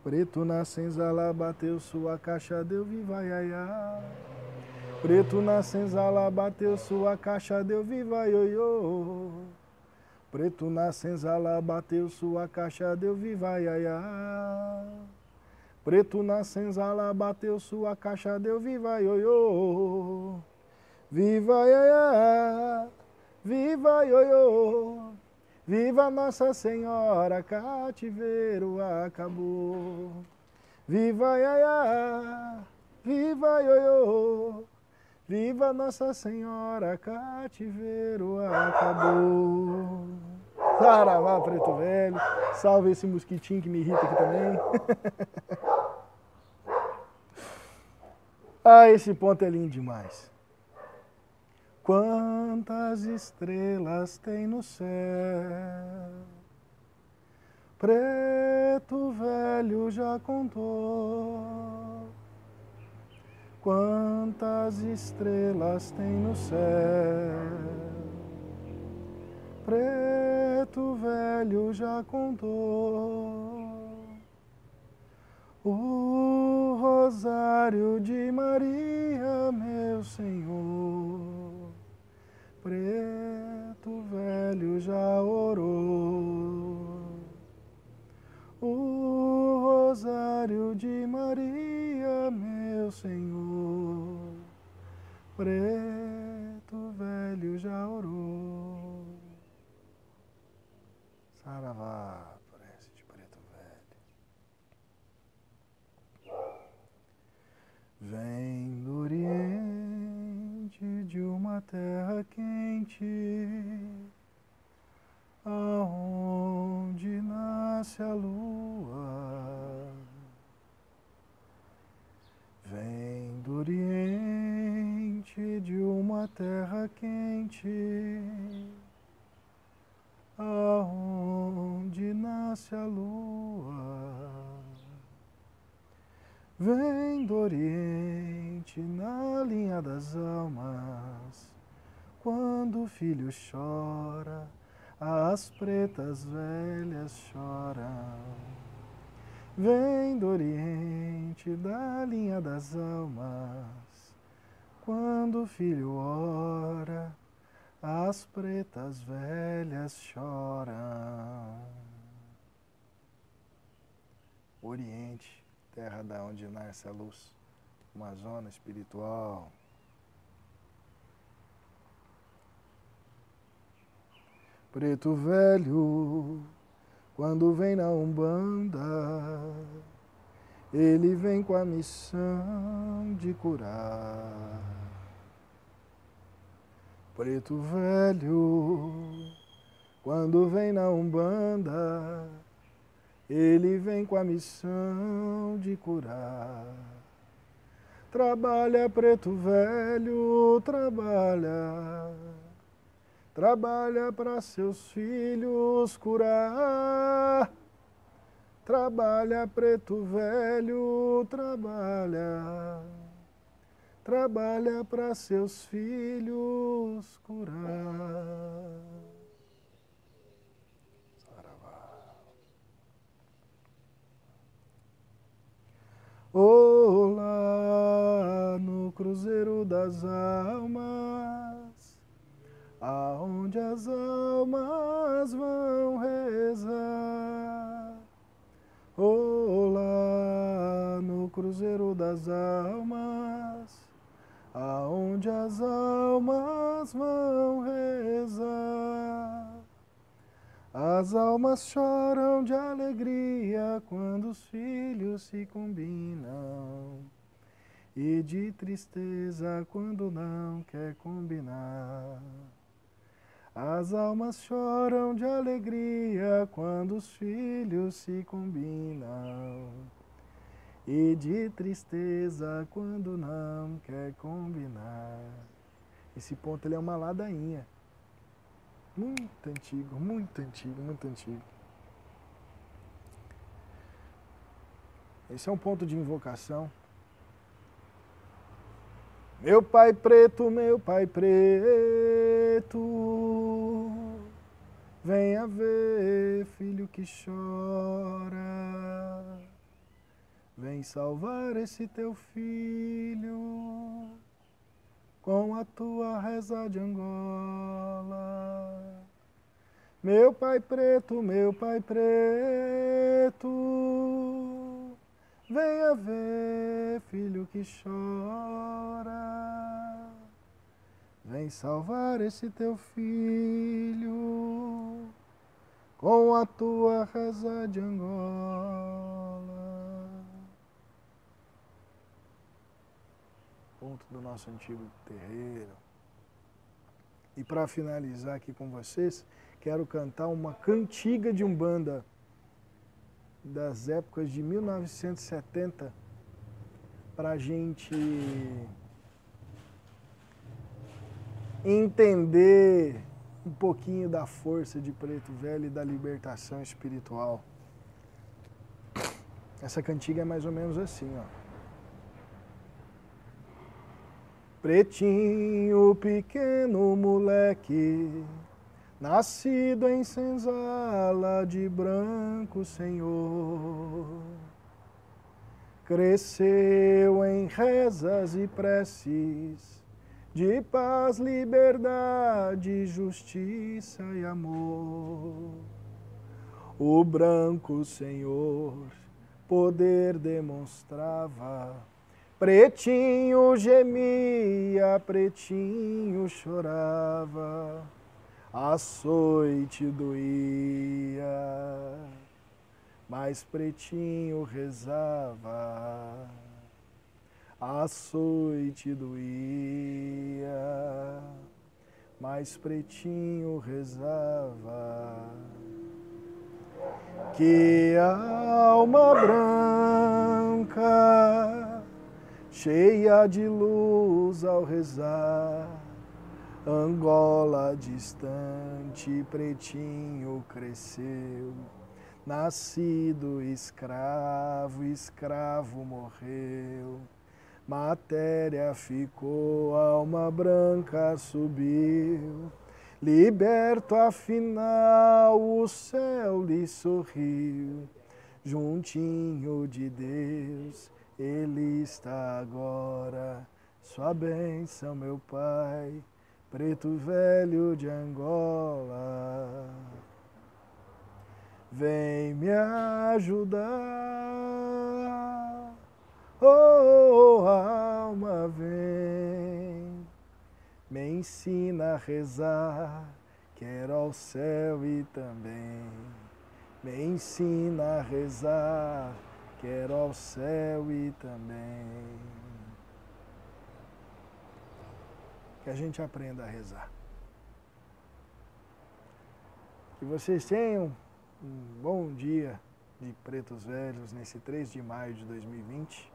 Preto na senzala bateu sua caixa, deu viva iaiá. Preto na senzala bateu sua caixa, deu viva ioiô. Preto na senzala bateu sua caixa, deu viva iaiá. Preto na senzala bateu sua caixa, deu viva ioiô. Viva iaiá, viva ioiô. Viva Nossa Senhora, cativeiro acabou. Viva iaiá, viva ioiô. Viva Nossa Senhora, cativeiro acabou. Saravá, Preto Velho. Salve esse mosquitinho que me irrita aqui também. Ah, esse ponto é lindo demais. Quantas estrelas tem no céu? Preto Velho já contou. Quantas estrelas tem no céu? Preto Velho já contou. O rosário de Maria, meu Senhor. Preto Velho já orou. O rosário de Maria, meu Senhor. Preto Velho já orou. Saravá, prece de Preto Velho. Vem do Oriente de uma terra quente, aonde nasce a lua. Vem do Oriente de uma terra quente, aonde nasce a lua. Vem do Oriente na linha das almas, quando o filho chora, as pretas velhas choram. Vem do Oriente da linha das almas, quando o filho ora, as pretas velhas choram. Oriente, terra da onde nasce a luz, uma zona espiritual. Preto Velho, quando vem na Umbanda, ele vem com a missão de curar. Preto Velho, quando vem na Umbanda, ele vem com a missão de curar. Trabalha, Preto Velho, trabalha. Trabalha para seus filhos curar. Trabalha, Preto Velho, trabalha. Trabalha para seus filhos curar. Olá, no Cruzeiro das Almas, aonde as almas vão rezar. Olá, no Cruzeiro das Almas, aonde as almas vão rezar. As almas choram de alegria quando os filhos se combinam, e de tristeza quando não quer combinar. As almas choram de alegria quando os filhos se combinam, e de tristeza quando não quer combinar. Esse ponto ele é uma ladainha. Muito antigo, muito antigo, muito antigo. Esse é um ponto de invocação. Meu pai preto, venha ver filho que chora. vem salvar esse teu filho com a tua reza de Angola. Meu pai preto, venha ver, filho que chora. Vem salvar esse teu filho com a tua reza de Angola. Ponto do nosso antigo terreiro. E para finalizar aqui com vocês, quero cantar uma cantiga de Umbanda das épocas de 1970 para a gente entender um pouquinho da força de Preto Velho e da libertação espiritual. Essa cantiga é mais ou menos assim, ó. Pretinho, pequeno moleque, nascido em senzala de branco senhor, cresceu em rezas e preces de paz, liberdade, justiça e amor. O branco senhor poder demonstrava, pretinho gemia, pretinho chorava, açoite doía, mas pretinho rezava. Açoite doía, mas pretinho rezava. Que alma branca, cheia de luz ao rezar, Angola distante, pretinho cresceu, nascido escravo, escravo morreu. Matéria ficou, alma branca subiu, liberto afinal o céu lhe sorriu. Juntinho de Deus ele está agora, sua bênção meu pai, Preto Velho de Angola. Vem me ajudar, oh, alma, vem, me ensina a rezar, quero ao céu e também. Me ensina a rezar, quero ao céu e também. Que a gente aprenda a rezar. Que vocês tenham um bom dia de Pretos Velhos nesse 3 de maio de 2020.